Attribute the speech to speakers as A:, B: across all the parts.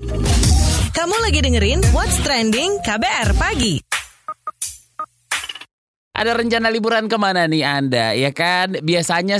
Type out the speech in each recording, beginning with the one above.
A: Kamu lagi dengerin What's Trending KBR Pagi.
B: Ada rencana liburan kemana nih Anda? Ya kan, biasanya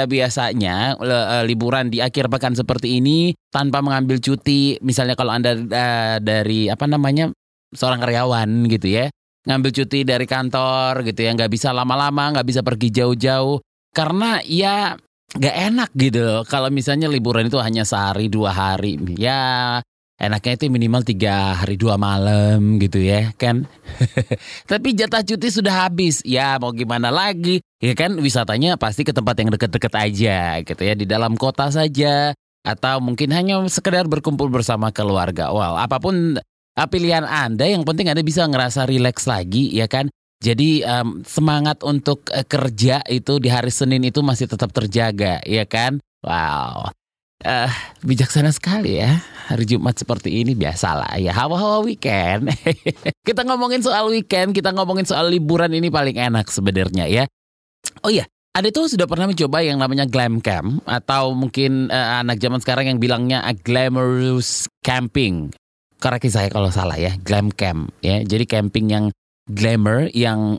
B: liburan di akhir pekan seperti ini tanpa mengambil cuti. Misalnya kalau Anda dari seorang karyawan gitu ya, ngambil cuti dari kantor gitu ya, nggak bisa lama-lama, nggak bisa pergi jauh-jauh. Karena ya nggak enak gitu kalau misalnya liburan itu hanya sehari 2 hari. Ya enaknya itu minimal 3 hari 2 malam gitu ya kan. Tapi jatah cuti sudah habis. Ya mau gimana lagi. Ya kan wisatanya pasti ke tempat yang deket-deket aja gitu ya. Di dalam kota saja. Atau mungkin hanya sekedar berkumpul bersama keluarga. Well, apapun pilihan Anda, yang penting Anda bisa ngerasa rileks lagi ya kan. Jadi semangat untuk kerja itu di hari Senin itu masih tetap terjaga ya kan. Wow. Bijaksana sekali ya. Hari Jumat seperti ini biasalah ya, hawa-hawa weekend. Kita ngomongin soal weekend, kita ngomongin soal liburan ini paling enak sebenarnya ya. Oh iya, Anda tuh sudah pernah mencoba yang namanya glam camp, atau mungkin anak zaman sekarang yang bilangnya glamorous camping. Koreksi saya kalau salah ya, glam camp ya. Jadi camping yang glamour, yang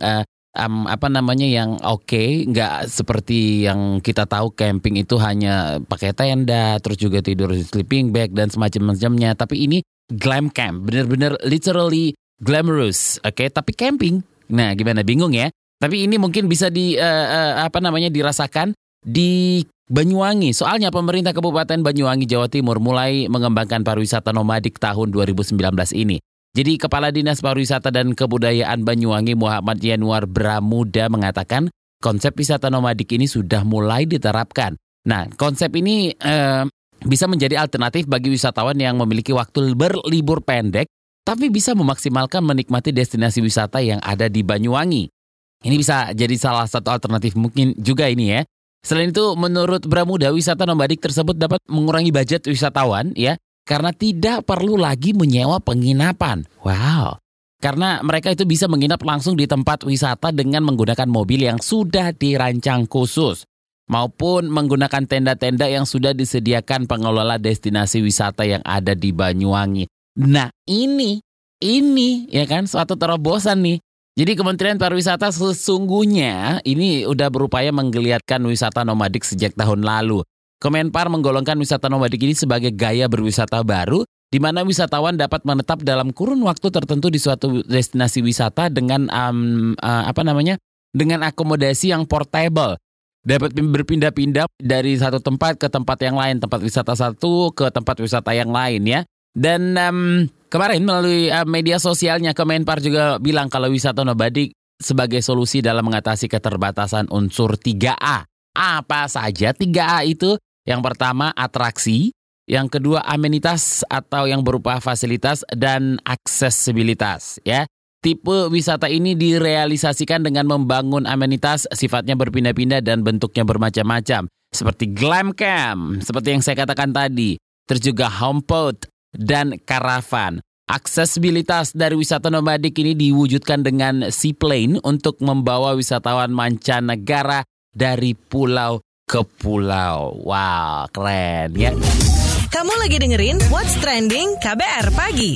B: yang oke, nggak seperti yang kita tahu camping itu hanya pakai tenda, terus juga tidur di sleeping bag dan semacam-macamnya. Tapi ini glam camp, bener-bener literally glamorous, oke? Tapi camping, nah gimana, bingung ya? Tapi ini mungkin bisa dirasakan di Banyuwangi. Soalnya pemerintah Kabupaten Banyuwangi, Jawa Timur mulai mengembangkan pariwisata nomadik tahun 2019 ini. Jadi Kepala Dinas Pariwisata dan Kebudayaan Banyuwangi Muhammad Yanuar Bramuda mengatakan konsep wisata nomadik ini sudah mulai diterapkan. Nah, konsep ini bisa menjadi alternatif bagi wisatawan yang memiliki waktu berlibur pendek, tapi bisa memaksimalkan menikmati destinasi wisata yang ada di Banyuwangi. Ini bisa jadi salah satu alternatif mungkin juga ini ya. Selain itu, menurut Bramuda, wisata nomadik tersebut dapat mengurangi budget wisatawan ya, karena tidak perlu lagi menyewa penginapan. Wow. Karena mereka itu bisa menginap langsung di tempat wisata dengan menggunakan mobil yang sudah dirancang khusus, maupun menggunakan tenda-tenda yang sudah disediakan pengelola destinasi wisata yang ada di Banyuwangi. Nah, ini ya kan suatu terobosan nih. Jadi Kementerian Pariwisata sesungguhnya ini udah berupaya menggeliatkan wisata nomadik sejak tahun lalu. Kemenpar menggolongkan wisata nomadik ini sebagai gaya berwisata baru, di mana wisatawan dapat menetap dalam kurun waktu tertentu di suatu destinasi wisata dengan dengan akomodasi yang portable. Dapat berpindah-pindah dari satu tempat ke tempat yang lain, tempat wisata satu ke tempat wisata yang lain ya. Dan kemarin melalui media sosialnya, Kemenpar juga bilang kalau wisata nomadik sebagai solusi dalam mengatasi keterbatasan unsur 3A. Apa saja 3A itu? Yang pertama atraksi, yang kedua amenitas atau yang berupa fasilitas, dan aksesibilitas ya. Tipe wisata ini direalisasikan dengan membangun amenitas, sifatnya berpindah-pindah dan bentuknya bermacam-macam. Seperti glam camp, seperti yang saya katakan tadi. Terus juga homepot dan karavan. Aksesibilitas dari wisata nomadik ini diwujudkan dengan seaplane untuk membawa wisatawan mancanegara dari pulau ke pulau. Wow, keren ya.
A: Kamu lagi dengerin What's Trending KBR Pagi.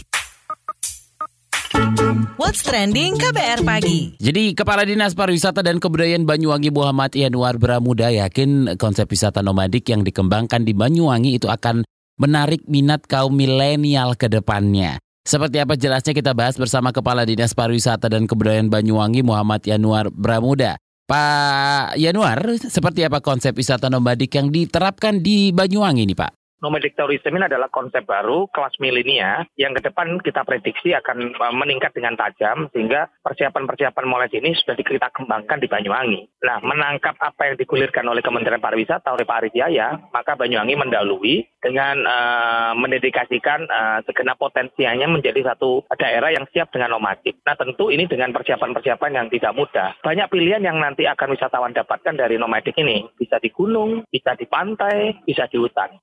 A: What's Trending KBR Pagi.
B: Jadi Kepala Dinas Pariwisata dan Kebudayaan Banyuwangi Muhammad Yanuar Bramuda yakin konsep wisata nomadik yang dikembangkan di Banyuwangi itu akan menarik minat kaum milenial ke depannya. Seperti apa jelasnya kita bahas bersama Kepala Dinas Pariwisata dan Kebudayaan Banyuwangi Muhammad Yanuar Bramuda. Pak Yanuar, seperti apa konsep wisata nomadik yang diterapkan di Banyuwangi ini, Pak?
C: Nomadic tourism ini adalah konsep baru kelas milenial yang ke depan kita prediksi akan meningkat dengan tajam, sehingga persiapan-persiapan mulai ini sudah kita kembangkan di Banyuwangi. Nah, menangkap apa yang digulirkan oleh Kementerian Pariwisata oleh Pak Arief Yahya, maka Banyuwangi mendahului dengan mendedikasikan segenap potensinya menjadi satu daerah yang siap dengan nomadik. Nah, tentu ini dengan persiapan-persiapan yang tidak mudah. Banyak pilihan yang nanti akan wisatawan dapatkan dari nomadik ini. Bisa di gunung, bisa di pantai, bisa di hutan. Nah, tentu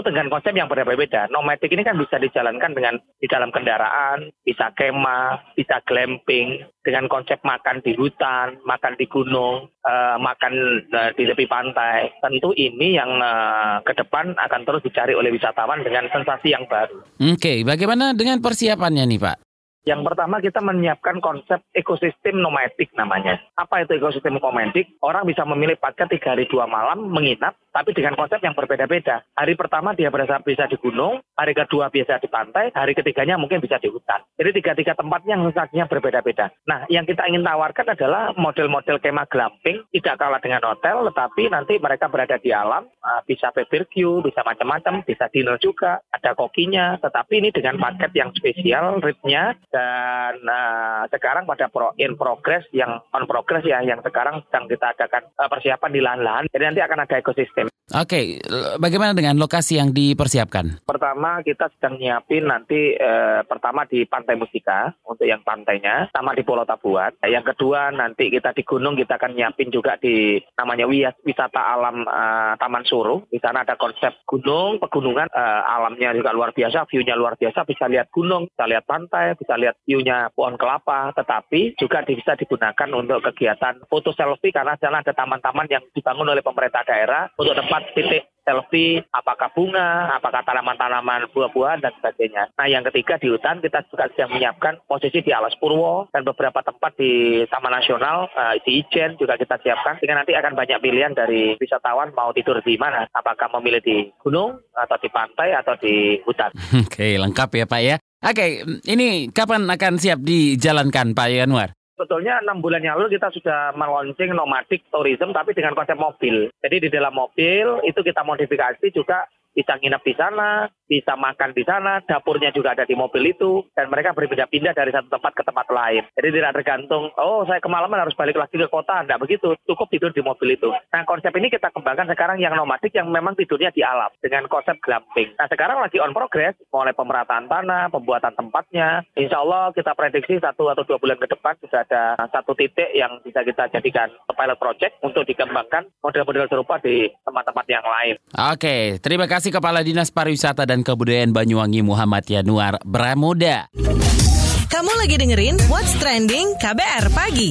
C: dengan konsep yang berbeda-beda. Nomadik ini kan bisa dijalankan dengan di dalam kendaraan, bisa kemah, bisa glamping, dengan konsep makan di hutan, makan di gunung, makan di tepi pantai. Tentu ini yang ke depan akan terus dicari oleh wisatawan dengan sensasi yang baru.
B: Oke, bagaimana dengan persiapannya nih Pak?
C: Yang pertama kita menyiapkan konsep ekosistem nomadik namanya. Apa itu ekosistem nomadik? Orang bisa memilih paket 3 hari 2 malam menginap, tapi dengan konsep yang berbeda-beda. Hari pertama dia bisa di gunung, hari kedua bisa di pantai, hari ketiganya mungkin bisa di hutan. Jadi 3 tempatnya yang sensasinya berbeda-beda. Nah, yang kita ingin tawarkan adalah model-model kemah glamping, tidak kalah dengan hotel, tetapi nanti mereka berada di alam, bisa barbecue, bisa macam-macam, bisa dinner juga, ada kokinya, tetapi ini dengan paket yang spesial, rate-nya, dan sekarang pada in progress yang on progress ya, yang sekarang sedang kita adakan persiapan di lahan-lahan. Jadi nanti akan ada ekosistem.
B: Oke, bagaimana dengan lokasi yang dipersiapkan?
C: Pertama kita sedang nyiapin nanti pertama di Pantai Mustika untuk yang pantainya, sama di Pulau Tabuan. Yang kedua nanti kita di gunung kita akan nyiapin juga di namanya wisata alam Taman Suruh. Di sana ada konsep gunung, pegunungan, alamnya juga luar biasa, view-nya luar biasa, bisa lihat gunung, bisa lihat pantai, bisa lihat view-nya pohon kelapa, tetapi juga bisa digunakan untuk kegiatan foto selfie karena di sana ada taman-taman yang dibangun oleh pemerintah daerah untuk tempat titik selfie, apakah bunga, apakah tanaman-tanaman buah-buahan dan sebagainya. Nah, yang ketiga di hutan kita juga sedang menyiapkan posisi di Alas Purwo dan beberapa tempat di Taman Nasional, di Ijen juga kita siapkan, sehingga nanti akan banyak pilihan dari wisatawan mau tidur di mana, apakah memilih di gunung atau di pantai atau di hutan.
B: Oke, lengkap ya Pak ya. Oke, ini kapan akan siap dijalankan Pak Yanuar?
C: Sebetulnya 6 bulan yang lalu kita sudah meluncing nomadic tourism tapi dengan konsep mobil. Jadi di dalam mobil itu kita modifikasi juga, bisa nginep di sana, bisa makan di sana, dapurnya juga ada di mobil itu, dan mereka berpindah-pindah dari satu tempat ke tempat lain. Jadi tidak tergantung, saya kemalaman harus balik lagi ke kota, tidak begitu, cukup tidur di mobil itu. Nah, konsep ini kita kembangkan sekarang yang nomadik yang memang tidurnya di alam, dengan konsep glamping. Nah, sekarang lagi on progress, mulai pemerataan tanah, pembuatan tempatnya. Insya Allah kita prediksi 1 atau 2 bulan ke depan sudah ada satu titik yang bisa kita jadikan pilot project untuk dikembangkan model-model serupa di tempat-tempat yang lain.
B: Oke, terima kasih Kepala Dinas Pariwisata dan Kebudayaan Banyuwangi Muhammad Yanuar Bramuda.
A: Kamu lagi dengerin What's Trending KBR Pagi.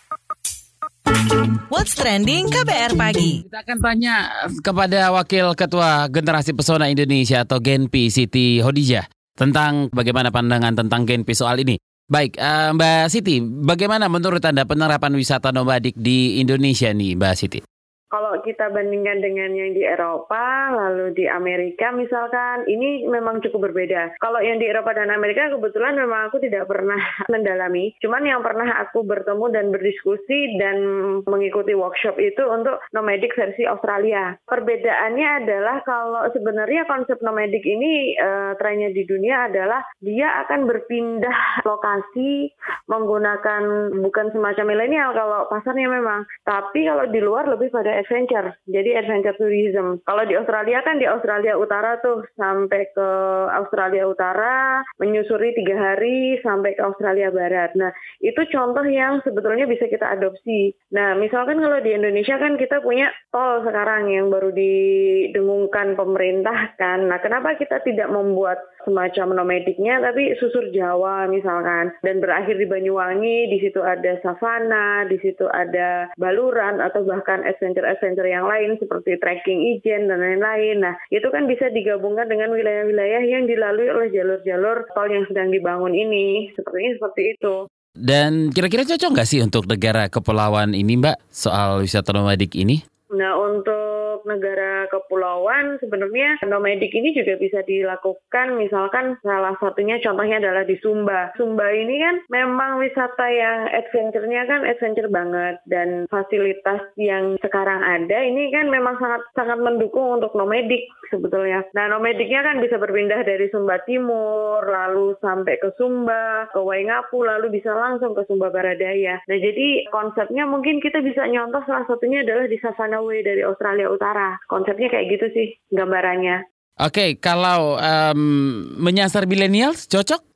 A: What's Trending KBR Pagi.
B: Kita akan tanya kepada Wakil Ketua Generasi Pesona Indonesia atau Genpi Siti Hodijah tentang bagaimana pandangan tentang Genpi soal ini. Baik, Mbak Siti, bagaimana menurut Anda penerapan wisata nomadik di Indonesia nih, Mbak Siti?
D: Kalau kita bandingkan dengan yang di Eropa, lalu di Amerika misalkan, ini memang cukup berbeda. Kalau yang di Eropa dan Amerika kebetulan memang aku tidak pernah mendalami. Cuman yang pernah aku bertemu dan berdiskusi dan mengikuti workshop itu untuk nomadic versi Australia. Perbedaannya adalah kalau sebenarnya konsep nomadic ini trennya di dunia adalah dia akan berpindah lokasi menggunakan bukan semacam milenial kalau pasarnya memang. Tapi kalau di luar lebih pada adventure, jadi adventure tourism. Kalau di Australia kan di Australia Utara tuh sampai ke Australia Utara, menyusuri 3 hari sampai ke Australia Barat. Nah, itu contoh yang sebetulnya bisa kita adopsi. Nah, misalkan kalau di Indonesia kan kita punya tol sekarang yang baru didengungkan pemerintah kan. Nah, kenapa kita tidak membuat semacam nomadiknya tapi susur Jawa misalkan dan berakhir di Banyuwangi, di situ ada savana, di situ ada baluran atau bahkan adventure yang lain seperti trekking Ijen dan lain-lain. Nah, itu kan bisa digabungkan dengan wilayah-wilayah yang dilalui oleh jalur-jalur tol yang sedang dibangun ini. Seperti itu.
B: Dan kira-kira cocok nggak sih untuk negara kepulauan ini, Mbak, soal wisata nomadik ini?
D: Nah, untuk negara kepulauan sebenarnya nomadik ini juga bisa dilakukan, misalkan salah satunya contohnya adalah di Sumba. Sumba ini kan memang wisata yang adventure-nya kan adventure banget, dan fasilitas yang sekarang ada ini kan memang sangat mendukung untuk nomadik sebetulnya. Nah, nomadiknya kan bisa berpindah dari Sumba Timur lalu sampai ke Sumba, ke Waingapu, lalu bisa langsung ke Sumba Baradaya. Nah, jadi konsepnya mungkin kita bisa nyontoh salah satunya adalah di Savannah Way dari Australia Utara. Konsepnya kayak gitu sih gambarannya.
B: Oke, kalau menyasar milenial cocok?
D: Milenial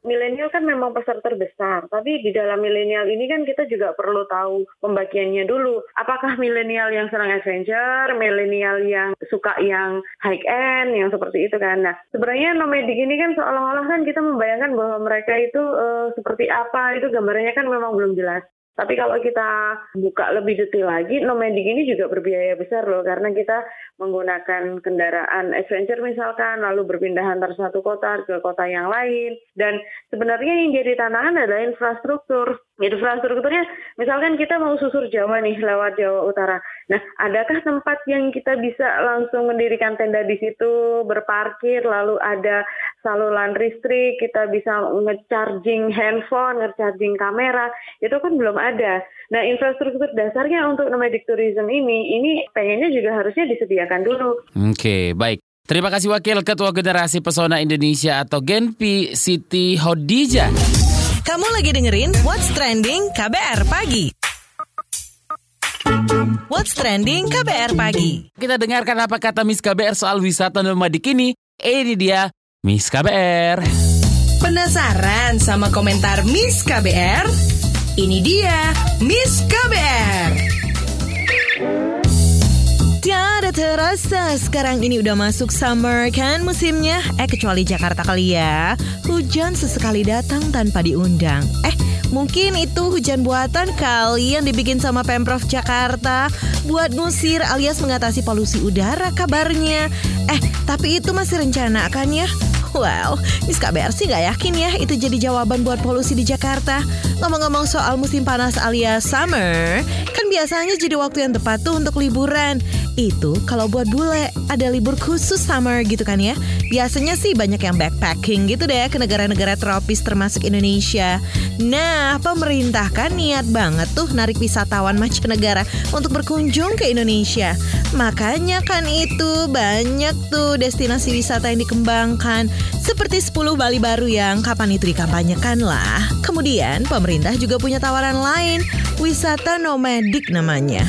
D: milenial kan memang pasar terbesar, tapi di dalam milenial ini kan kita juga perlu tahu pembagiannya dulu. Apakah milenial yang senang adventure, milenial yang suka yang high end, yang seperti itu kan. Nah, sebenarnya nomadic ini kan seolah-olah kan kita membayangkan bahwa mereka itu seperti apa, itu gambarnya kan memang belum jelas. Tapi kalau kita buka lebih detail lagi, nomadic ini juga berbiaya besar loh, karena kita menggunakan kendaraan adventure misalkan, lalu berpindah antar satu kota ke kota yang lain. Dan sebenarnya yang jadi tantangan adalah infrastruktur. Infrastrukturnya, misalkan kita mau susur Jawa nih, lewat Jawa Utara. Nah, adakah tempat yang kita bisa langsung mendirikan tenda di situ, berparkir, lalu ada saluran listrik, kita bisa nge-charging handphone, nge-charging kamera, itu kan belum ada. Nah, infrastruktur dasarnya untuk nomadic tourism ini pengennya juga harusnya disediakan dulu.
B: Oke, baik. Terima kasih Wakil Ketua Generasi Pesona Indonesia atau Genpi Siti Hodijah.
A: Kamu lagi dengerin What's Trending KBR Pagi. What's Trending KBR Pagi.
B: Kita dengarkan apa kata Miss KBR soal wisata nomadik ini. Ini dia Miss KBR.
E: Penasaran sama komentar Miss KBR? Ini dia Miss KBR.
A: Tiada terasa sekarang ini udah masuk summer kan musimnya. Kecuali Jakarta kali ya. Hujan sesekali datang tanpa diundang. Mungkin itu hujan buatan kali yang dibikin sama Pemprov Jakarta buat ngusir alias mengatasi polusi udara kabarnya. Tapi itu masih rencana kan ya? Well, Miss KBR sih gak yakin ya itu jadi jawaban buat polusi di Jakarta. Ngomong-ngomong soal musim panas alias summer, kan biasanya jadi waktu yang tepat tuh untuk liburan. Itu kalau buat bule ada libur khusus summer gitu kan ya. Biasanya sih banyak yang backpacking gitu deh ke negara-negara tropis termasuk Indonesia. Nah, pemerintah kan niat banget tuh narik wisatawan mancanegara untuk berkunjung ke Indonesia. Makanya kan itu banyak tuh destinasi wisata yang dikembangkan. Seperti 10 Bali baru yang kapan itu dikampanyekan lah. Kemudian pemerintah juga punya tawaran lain. Wisata nomadik namanya.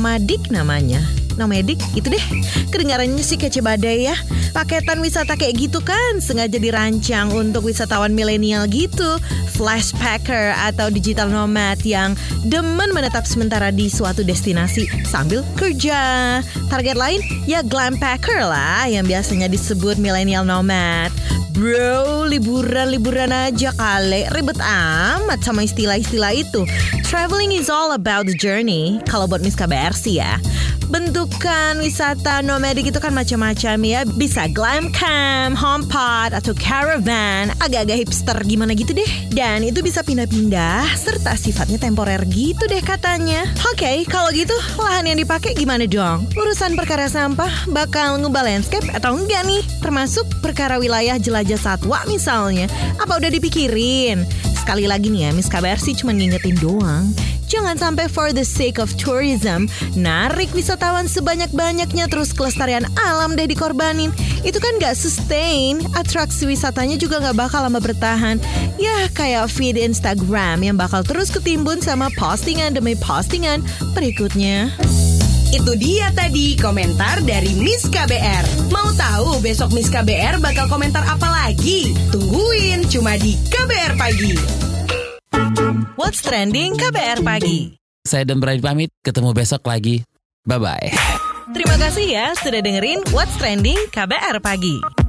A: Nomadik, itu deh. Kedengarannya sih kece badai ya. Paketan wisata kayak gitu kan sengaja dirancang untuk wisatawan milenial gitu. Flashpacker atau digital nomad yang demen menetap sementara di suatu destinasi sambil kerja. Target lain ya glampacker lah yang biasanya disebut millennial nomad. Bro, liburan aja kali. Ribet amat sama istilah-istilah itu. Traveling is all about the journey. Kalau buat Miss KBR sih ya. Bentukan wisata nomadik itu kan macam-macam ya. Bisa glam camp, homepod, atau caravan. Agak-agak hipster gimana gitu deh. Dan itu bisa pindah-pindah serta sifatnya temporer gitu deh katanya. Oke, kalau gitu lahan yang dipakai gimana dong? Urusan perkara sampah bakal ngubah landscape atau enggak nih? Termasuk perkara wilayah jelajah satwa misalnya. Apa udah dipikirin? Sekali lagi nih ya, Miss KBR sih cuma ngingetin doang. Jangan sampai for the sake of tourism narik wisatawan sebanyak-banyaknya terus kelestarian alam deh dikorbanin. Itu kan gak sustain. Atraksi wisatanya juga gak bakal lama bertahan. Ya kayak feed Instagram yang bakal terus ketimbun sama postingan demi postingan berikutnya.
E: Itu dia tadi komentar dari Miss KBR. Mau tahu besok Miss KBR bakal komentar apa lagi? Tungguin cuma di KBR Pagi.
A: What's Trending KBR Pagi.
B: Saya Dan Brian pamit, ketemu besok lagi. Bye-bye.
A: Terima kasih ya sudah dengerin What's Trending KBR Pagi.